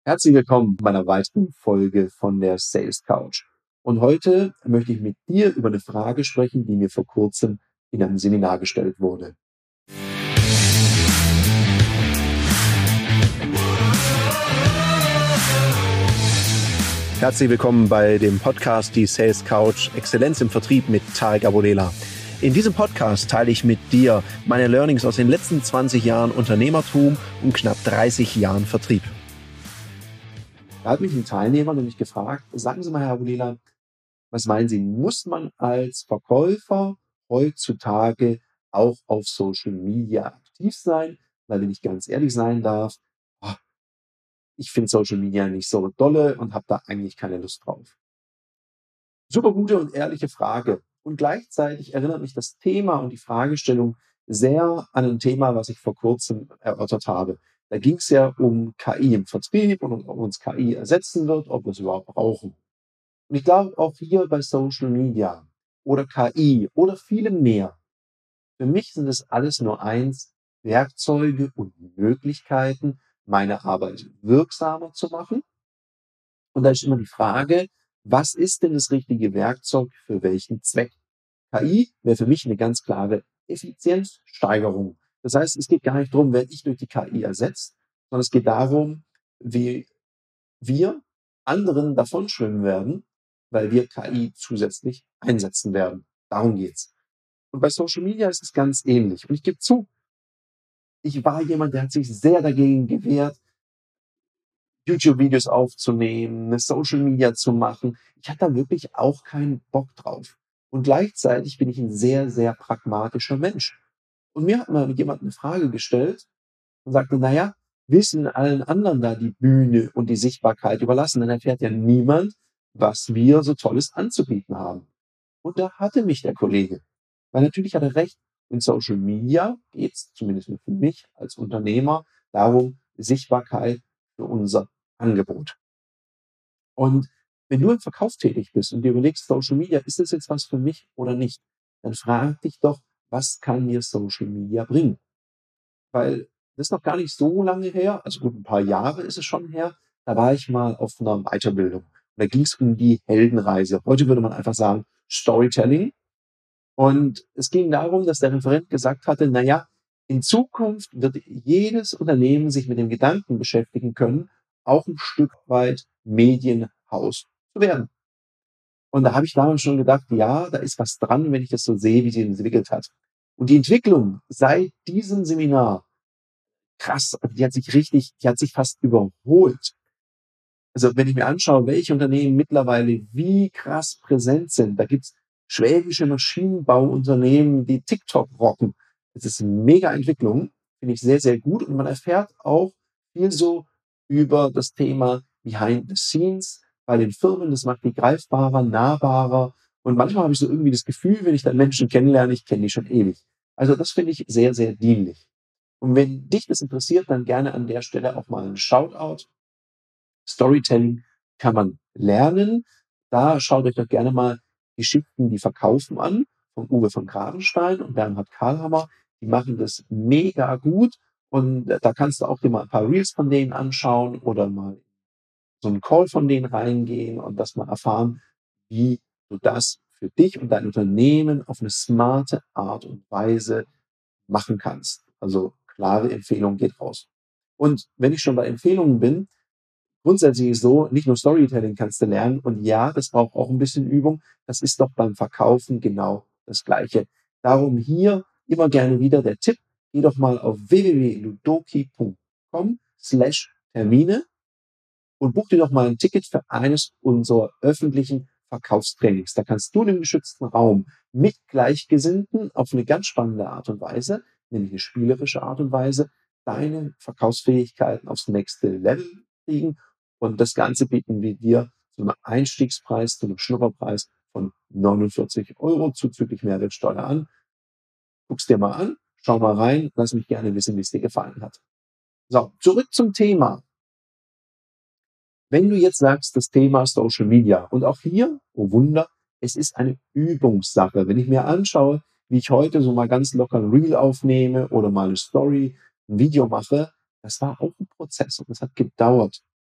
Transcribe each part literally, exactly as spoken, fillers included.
Herzlich willkommen bei einer weiteren Folge von der Sales Couch. Und heute möchte ich mit dir über eine Frage sprechen, die mir vor kurzem in einem Seminar gestellt wurde. Herzlich willkommen bei dem Podcast Die Sales Couch Exzellenz im Vertrieb mit Tarek Abodela. In diesem Podcast teile ich mit dir meine Learnings aus den letzten zwanzig Jahren Unternehmertum und knapp dreißig Jahren Vertrieb. Da hat mich ein Teilnehmer nämlich gefragt, sagen Sie mal, Herr Abodela, was meinen Sie, muss man als Verkäufer heutzutage auch auf Social Media aktiv sein? Weil, wenn ich ganz ehrlich sein darf, oh, ich finde Social Media nicht so dolle und habe da eigentlich keine Lust drauf. Super gute und ehrliche Frage. Und gleichzeitig erinnert mich das Thema und die Fragestellung sehr an ein Thema, was ich vor kurzem erörtert habe. Da ging es ja um K I im Vertrieb und ob uns K I ersetzen wird, ob wir es überhaupt brauchen. Und ich glaube auch hier bei Social Media oder K I oder vielem mehr, für mich sind es alles nur eins, Werkzeuge und Möglichkeiten, meine Arbeit wirksamer zu machen. Und da ist immer die Frage, was ist denn das richtige Werkzeug für welchen Zweck? K I wäre für mich eine ganz klare Effizienzsteigerung. Das heißt, es geht gar nicht darum, wer ich durch die K I ersetzt, sondern es geht darum, wie wir anderen davonschwimmen werden, weil wir K I zusätzlich einsetzen werden. Darum geht's. Und bei Social Media ist es ganz ähnlich. Und ich gebe zu, ich war jemand, der hat sich sehr dagegen gewehrt, YouTube-Videos aufzunehmen, Social Media zu machen. Ich hatte da wirklich auch keinen Bock drauf. Und gleichzeitig bin ich ein sehr, sehr pragmatischer Mensch. Und mir hat mal jemand eine Frage gestellt und sagte, na ja, wissen allen anderen da die Bühne und die Sichtbarkeit überlassen, dann erfährt ja niemand, was wir so Tolles anzubieten haben. Und da hatte mich der Kollege. Weil natürlich hat er recht, in Social Media geht es, zumindest für mich als Unternehmer, darum, Sichtbarkeit für unser Angebot. Und wenn du im Verkauf tätig bist und dir überlegst, Social Media, ist das jetzt was für mich oder nicht, dann frag dich doch, was kann mir Social Media bringen? Weil das ist noch gar nicht so lange her, also gut, ein paar Jahre ist es schon her, da war ich mal auf einer Weiterbildung. Und da ging es um die Heldenreise. Heute würde man einfach sagen Storytelling. Und es ging darum, dass der Referent gesagt hatte, na ja, in Zukunft wird jedes Unternehmen sich mit dem Gedanken beschäftigen können, auch ein Stück weit Medienhaus zu werden. Und da habe ich damals schon gedacht, ja, da ist was dran, wenn ich das so sehe, wie sie entwickelt hat. Und die Entwicklung seit diesem Seminar, krass, die hat sich richtig, die hat sich fast überholt. Also wenn ich mir anschaue, welche Unternehmen mittlerweile wie krass präsent sind, da gibt's schwäbische Maschinenbauunternehmen, die TikTok rocken. Das ist eine mega Entwicklung, finde ich sehr, sehr gut. Und man erfährt auch viel so über das Thema Behind the Scenes bei den Firmen. Das macht die greifbarer, nahbarer. Und manchmal habe ich so irgendwie das Gefühl, wenn ich dann Menschen kennenlerne, ich kenne die schon ewig. Also das finde ich sehr, sehr dienlich. Und wenn dich das interessiert, dann gerne an der Stelle auch mal ein Shoutout. Storytelling kann man lernen. Da schaut euch doch gerne mal Geschichten, die verkaufen an, von Uwe von Gravenstein und Bernhard Karlhammer. Die machen das mega gut. Und da kannst du auch dir mal ein paar Reels von denen anschauen oder mal so einen Call von denen reingehen und das mal erfahren, wie du das für dich und dein Unternehmen auf eine smarte Art und Weise machen kannst. Also klare Empfehlung geht raus. Und wenn ich schon bei Empfehlungen bin, grundsätzlich ist so, nicht nur Storytelling kannst du lernen und ja, das braucht auch ein bisschen Übung. Das ist doch beim Verkaufen genau das Gleiche. Darum hier immer gerne wieder der Tipp, geh doch mal auf w w w punkt ludoki punkt com slash Termine und buch dir doch mal ein Ticket für eines unserer öffentlichen Verkaufstrainings. Da kannst du in einem geschützten Raum mit Gleichgesinnten auf eine ganz spannende Art und Weise, nämlich eine spielerische Art und Weise, deine Verkaufsfähigkeiten aufs nächste Level kriegen. Und das Ganze bieten wir dir zu einem Einstiegspreis, zu einem Schnupperpreis von neunundvierzig Euro zuzüglich Mehrwertsteuer an. Guck's dir mal an, schau mal rein, lass mich gerne wissen, wie es dir gefallen hat. So, zurück zum Thema. Wenn du jetzt sagst, das Thema Social Media, und auch hier, oh Wunder, es ist eine Übungssache. Wenn ich mir anschaue, wie ich heute so mal ganz locker ein Reel aufnehme oder mal eine Story, ein Video mache, das war auch ein Prozess und das hat gedauert.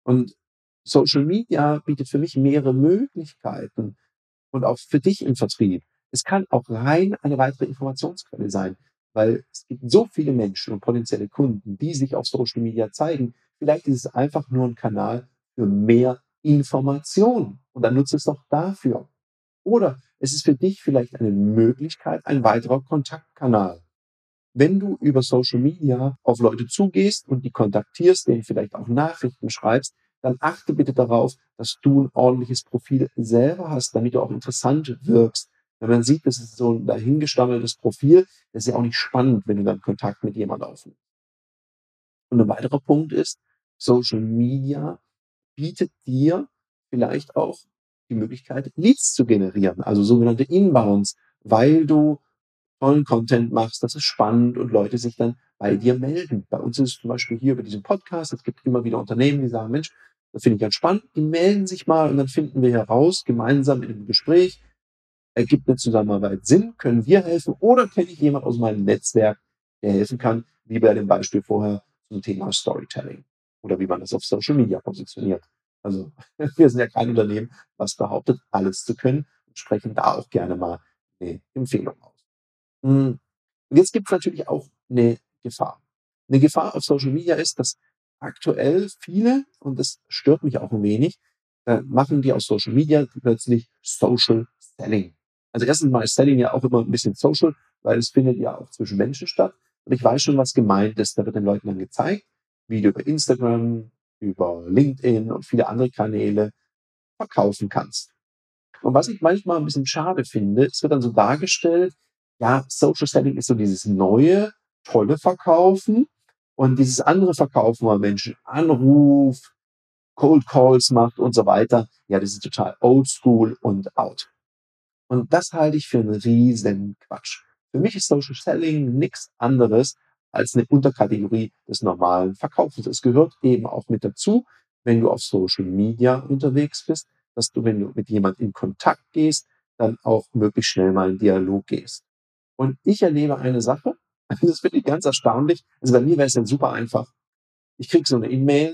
Und Social Media bietet für mich mehrere Möglichkeiten und auch für dich im Vertrieb. Es kann auch rein eine weitere Informationsquelle sein, weil es gibt so viele Menschen und potenzielle Kunden, die sich auf Social Media zeigen. Vielleicht ist es einfach nur ein Kanal für mehr Information und dann nutze es doch dafür. Oder es ist für dich vielleicht eine Möglichkeit, ein weiterer Kontaktkanal. Wenn du über Social Media auf Leute zugehst und die kontaktierst, denen vielleicht auch Nachrichten schreibst, dann achte bitte darauf, dass du ein ordentliches Profil selber hast, damit du auch interessant wirkst. Wenn man sieht, das ist so ein dahingestammeltes Profil, das ist ja auch nicht spannend, wenn du dann Kontakt mit jemand aufnimmst. Und ein weiterer Punkt ist, Social Media bietet dir vielleicht auch die Möglichkeit, Leads zu generieren, also sogenannte Inbounds, weil du tollen Content machst, das ist spannend und Leute sich dann bei dir melden. Bei uns ist es zum Beispiel hier über diesen Podcast, es gibt immer wieder Unternehmen, die sagen, Mensch, das finde ich ganz spannend, die melden sich mal und dann finden wir heraus, gemeinsam in einem Gespräch, ergibt eine Zusammenarbeit Sinn, können wir helfen oder kenne ich jemand aus meinem Netzwerk, der helfen kann, wie bei dem Beispiel vorher zum Thema Storytelling oder wie man das auf Social Media positioniert. Also wir sind ja kein Unternehmen, was behauptet, alles zu können und sprechen da auch gerne mal eine Empfehlung aus. Hm, und jetzt gibt es natürlich auch eine Gefahr. Eine Gefahr auf Social Media ist, dass aktuell viele, und das stört mich auch ein wenig, äh, machen die aus Social Media plötzlich Social Selling. Also erstens mal ist Selling ja auch immer ein bisschen Social, weil es findet ja auch zwischen Menschen statt. Und ich weiß schon, was gemeint ist. Da wird den Leuten dann gezeigt, wie du über Instagram, über LinkedIn und viele andere Kanäle verkaufen kannst. Und was ich manchmal ein bisschen schade finde, es wird dann so dargestellt, ja, Social Selling ist so dieses neue, tolle Verkaufen und dieses andere Verkaufen, wo man Menschen anruft, Cold Calls macht und so weiter. Ja, das ist total old school und out. Und das halte ich für einen riesen Quatsch. Für mich ist Social Selling nichts anderes als eine Unterkategorie des normalen Verkaufens. Es gehört eben auch mit dazu, wenn du auf Social Media unterwegs bist, dass du, wenn du mit jemand in Kontakt gehst, dann auch möglichst schnell mal in Dialog gehst. Und ich erlebe eine Sache, das finde ich ganz erstaunlich. Also bei mir wäre es dann super einfach. Ich kriege so eine E-Mail,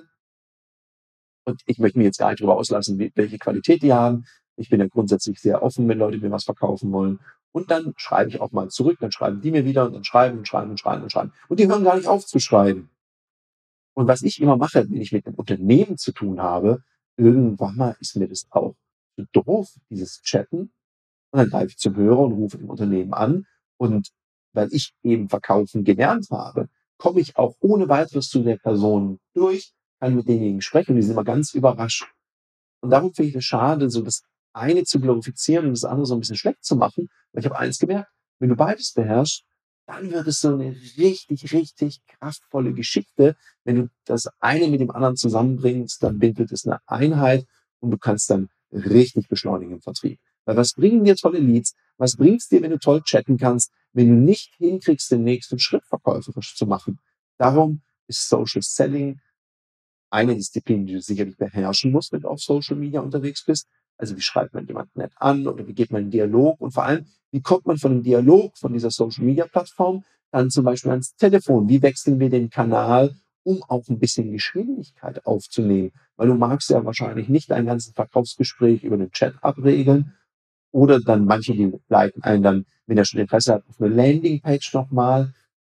und ich möchte mich jetzt gar nicht darüber auslassen, wie, welche Qualität die haben. Ich bin ja grundsätzlich sehr offen, wenn Leute mir was verkaufen wollen. Und dann schreibe ich auch mal zurück, dann schreiben die mir wieder und dann schreiben und schreiben und schreiben und schreiben. Und die hören gar nicht auf zu schreiben. Und was ich immer mache, wenn ich mit einem Unternehmen zu tun habe, irgendwann mal ist mir das auch zu doof, dieses Chatten. Und dann greife ich zum Hörer und rufe im Unternehmen an. Und weil ich eben verkaufen gelernt habe, komme ich auch ohne weiteres zu der Person durch, kann mit denjenigen sprechen und die sind immer ganz überrascht. Und darum finde ich es schade, so das eine zu glorifizieren und das andere so ein bisschen schlecht zu machen. Weil ich habe eins gemerkt, wenn du beides beherrschst, dann wird es so eine richtig, richtig kraftvolle Geschichte. Wenn du das eine mit dem anderen zusammenbringst, dann bildet es eine Einheit und du kannst dann richtig beschleunigen im Vertrieb. Weil was bringen dir tolle Leads? Was bringt's dir, wenn du toll chatten kannst, wenn du nicht hinkriegst, den nächsten Schritt verkäuferisch zu machen? Darum ist Social Selling eine Disziplin, die du sicherlich beherrschen musst, wenn du auf Social Media unterwegs bist. Also wie schreibt man jemanden nett an oder wie geht man in Dialog und vor allem, wie kommt man von dem Dialog von dieser Social Media Plattform dann zum Beispiel ans Telefon? Wie wechseln wir den Kanal, um auch ein bisschen Geschwindigkeit aufzunehmen? Weil du magst ja wahrscheinlich nicht ein ganzes Verkaufsgespräch über den Chat abregeln oder dann manche, die leiten einen dann, wenn er schon Interesse hat, auf eine Landingpage nochmal.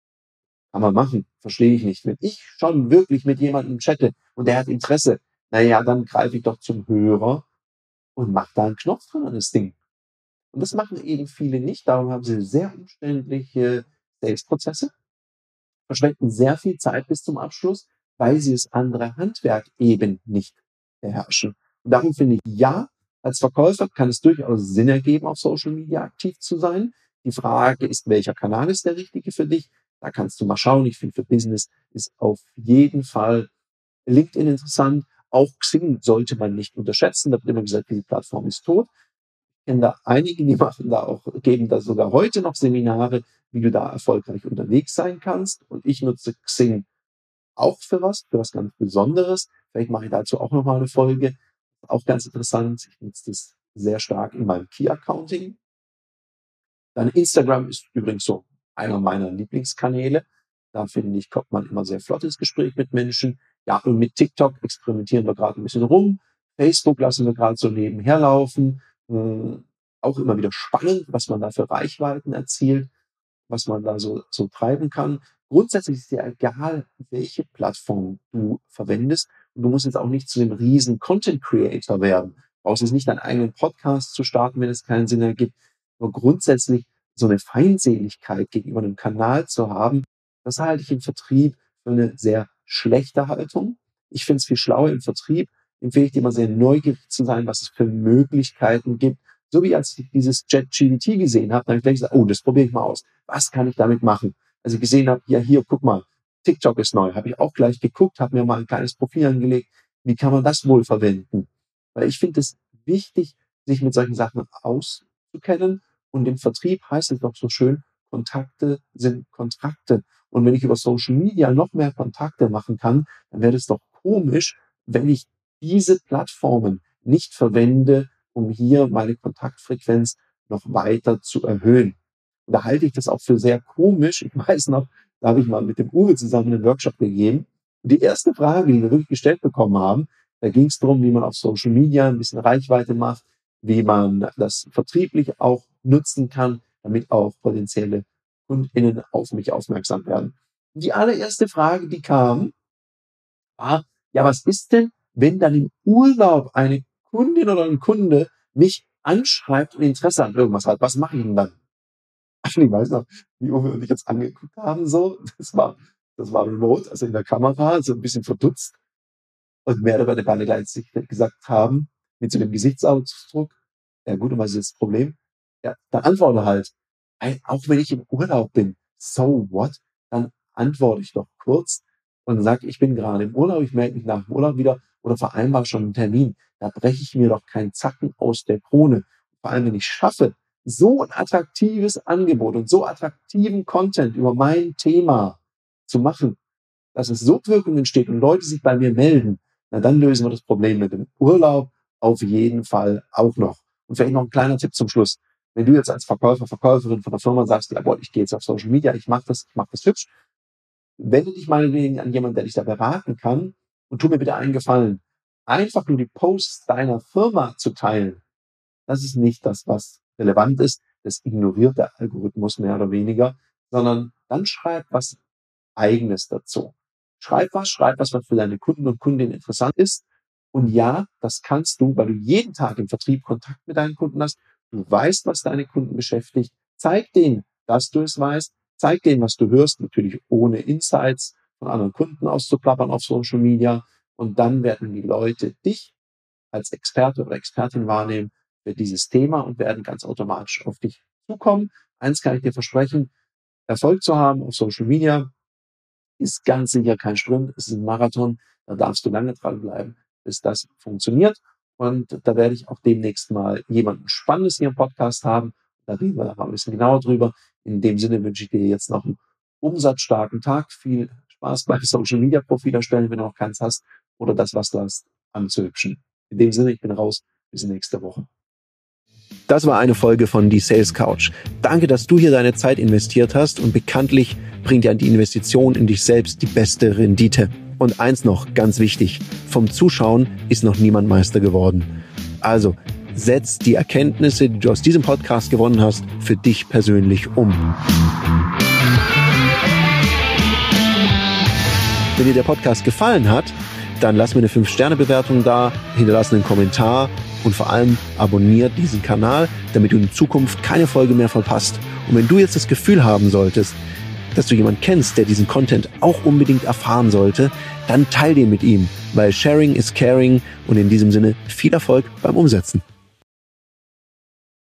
Kann man machen, verstehe ich nicht. Wenn ich schon wirklich mit jemandem chatte und der hat Interesse, na ja, dann greife ich doch zum Hörer und mache da einen Knopf dran an das Ding. Und das machen eben viele nicht. Darum haben sie sehr umständliche Sales-Prozesse, verschwenden sehr viel Zeit bis zum Abschluss, weil sie das andere Handwerk eben nicht beherrschen. Und darum finde ich, ja, als Verkäufer kann es durchaus Sinn ergeben, auf Social Media aktiv zu sein. Die Frage ist, welcher Kanal ist der richtige für dich? Da kannst du mal schauen. Ich finde, für Business ist auf jeden Fall LinkedIn interessant. Auch Xing sollte man nicht unterschätzen. Da wird immer gesagt, diese Plattform ist tot. Ich kenne da einige, die machen da auch, geben da sogar heute noch Seminare, wie du da erfolgreich unterwegs sein kannst. Und ich nutze Xing auch für was, für was ganz Besonderes. Vielleicht mache ich dazu auch nochmal eine Folge. Auch ganz interessant. Ich nutze das sehr stark in meinem Key Accounting. Dann Instagram ist übrigens so einer meiner Lieblingskanäle. Da finde ich, kommt man immer sehr flott ins Gespräch mit Menschen. Ja, und mit TikTok experimentieren wir gerade ein bisschen rum. Facebook lassen wir gerade so nebenher laufen. Hm, auch immer wieder spannend, was man da für Reichweiten erzielt, was man da so, so treiben kann. Grundsätzlich ist dir egal, welche Plattform du verwendest. Und du musst jetzt auch nicht zu dem riesen Content Creator werden. Du brauchst jetzt nicht deinen eigenen Podcast zu starten, wenn es keinen Sinn ergibt. Aber grundsätzlich so eine Feindseligkeit gegenüber einem Kanal zu haben, das halte ich im Vertrieb für eine sehr schlechte Haltung. Ich finde es viel schlauer im Vertrieb, empfehle ich dir immer sehr neugierig zu sein, was es für Möglichkeiten gibt. So wie als ich dieses ChatGPT gesehen habe, dann habe ich gleich gesagt, oh, das probiere ich mal aus. Was kann ich damit machen? Als ich gesehen habe, ja hier, guck mal, TikTok ist neu, habe ich auch gleich geguckt, habe mir mal ein kleines Profil angelegt. Wie kann man das wohl verwenden? Weil ich finde es wichtig, sich mit solchen Sachen auszukennen. Und im Vertrieb heißt es doch so schön, Kontakte sind Kontrakte. Und wenn ich über Social Media noch mehr Kontakte machen kann, dann wäre es doch komisch, wenn ich diese Plattformen nicht verwende, um hier meine Kontaktfrequenz noch weiter zu erhöhen. Und da halte ich das auch für sehr komisch. Ich weiß noch, da habe ich mal mit dem Uwe zusammen einen Workshop gegeben. Und die erste Frage, die wir wirklich gestellt bekommen haben, da ging es darum, wie man auf Social Media ein bisschen Reichweite macht, wie man das vertrieblich auch nutzen kann, damit auch potenzielle KundInnen auf mich aufmerksam werden. Und die allererste Frage, die kam, war, ja, was ist denn, wenn dann im Urlaub eine Kundin oder ein Kunde mich anschreibt und Interesse an irgendwas hat? Was mache ich denn dann? Ich weiß noch, wie Uwe und ich jetzt angeguckt haben, so. Das war, das war remote, also in der Kamera, so ein bisschen verdutzt. Und mehr dabei beide gleichzeitig gesagt haben, mit so dem Gesichtsausdruck, ja gut, und was ist jetzt das Problem? Ja, dann antworte halt, ey, auch wenn ich im Urlaub bin, so what? Dann antworte ich doch kurz und sage, ich bin gerade im Urlaub, ich melde mich nach dem Urlaub wieder oder vereinbare schon einen Termin. Da breche ich mir doch keinen Zacken aus der Krone. Vor allem, wenn ich schaffe, so ein attraktives Angebot und so attraktiven Content über mein Thema zu machen, dass es so Wirkung entsteht und Leute sich bei mir melden, na dann lösen wir das Problem mit dem Urlaub auf jeden Fall auch noch. Und vielleicht noch ein kleiner Tipp zum Schluss. Wenn du jetzt als Verkäufer, Verkäuferin von der Firma sagst, ja, boah, ich gehe jetzt auf Social Media, ich mache das, ich mache das hübsch, wende dich meinetwegen an jemanden, der dich da beraten kann und tu mir bitte einen Gefallen. Einfach nur die Posts deiner Firma zu teilen, das ist nicht das, was relevant ist. Das ignoriert der Algorithmus mehr oder weniger, sondern dann schreib was Eigenes dazu. Schreib was, schreib was, was für deine Kunden und Kundinnen interessant ist. Und ja, das kannst du, weil du jeden Tag im Vertrieb Kontakt mit deinen Kunden hast. Du weißt, was deine Kunden beschäftigt. Zeig denen, dass du es weißt. Zeig denen, was du hörst, natürlich ohne Insights von anderen Kunden auszuplappern auf Social Media. Und dann werden die Leute dich als Experte oder Expertin wahrnehmen für dieses Thema und werden ganz automatisch auf dich zukommen. Eins kann ich dir versprechen, Erfolg zu haben auf Social Media ist ganz sicher kein Sprint, es ist ein Marathon. Da darfst du lange dranbleiben, bis das funktioniert. Und da werde ich auch demnächst mal jemanden Spannendes hier im Podcast haben. Da reden wir mal ein bisschen genauer drüber. In dem Sinne wünsche ich dir jetzt noch einen umsatzstarken Tag. Viel Spaß beim Social Media Profil erstellen, wenn du noch keins hast, oder das, was du hast, anzuhübschen. In dem Sinne, ich bin raus. Bis nächste Woche. Das war eine Folge von Die Sales Couch. Danke, dass du hier deine Zeit investiert hast und bekanntlich bringt ja die Investition in dich selbst die beste Rendite. Und eins noch, ganz wichtig, vom Zuschauen ist noch niemand Meister geworden. Also, setz die Erkenntnisse, die du aus diesem Podcast gewonnen hast, für dich persönlich um. Wenn dir der Podcast gefallen hat, dann lass mir eine fünf Sterne Bewertung da, hinterlass einen Kommentar und vor allem abonniert diesen Kanal, damit du in Zukunft keine Folge mehr verpasst. Und wenn du jetzt das Gefühl haben solltest, dass du jemanden kennst, der diesen Content auch unbedingt erfahren sollte, dann teil den mit ihm, weil Sharing is Caring und in diesem Sinne viel Erfolg beim Umsetzen.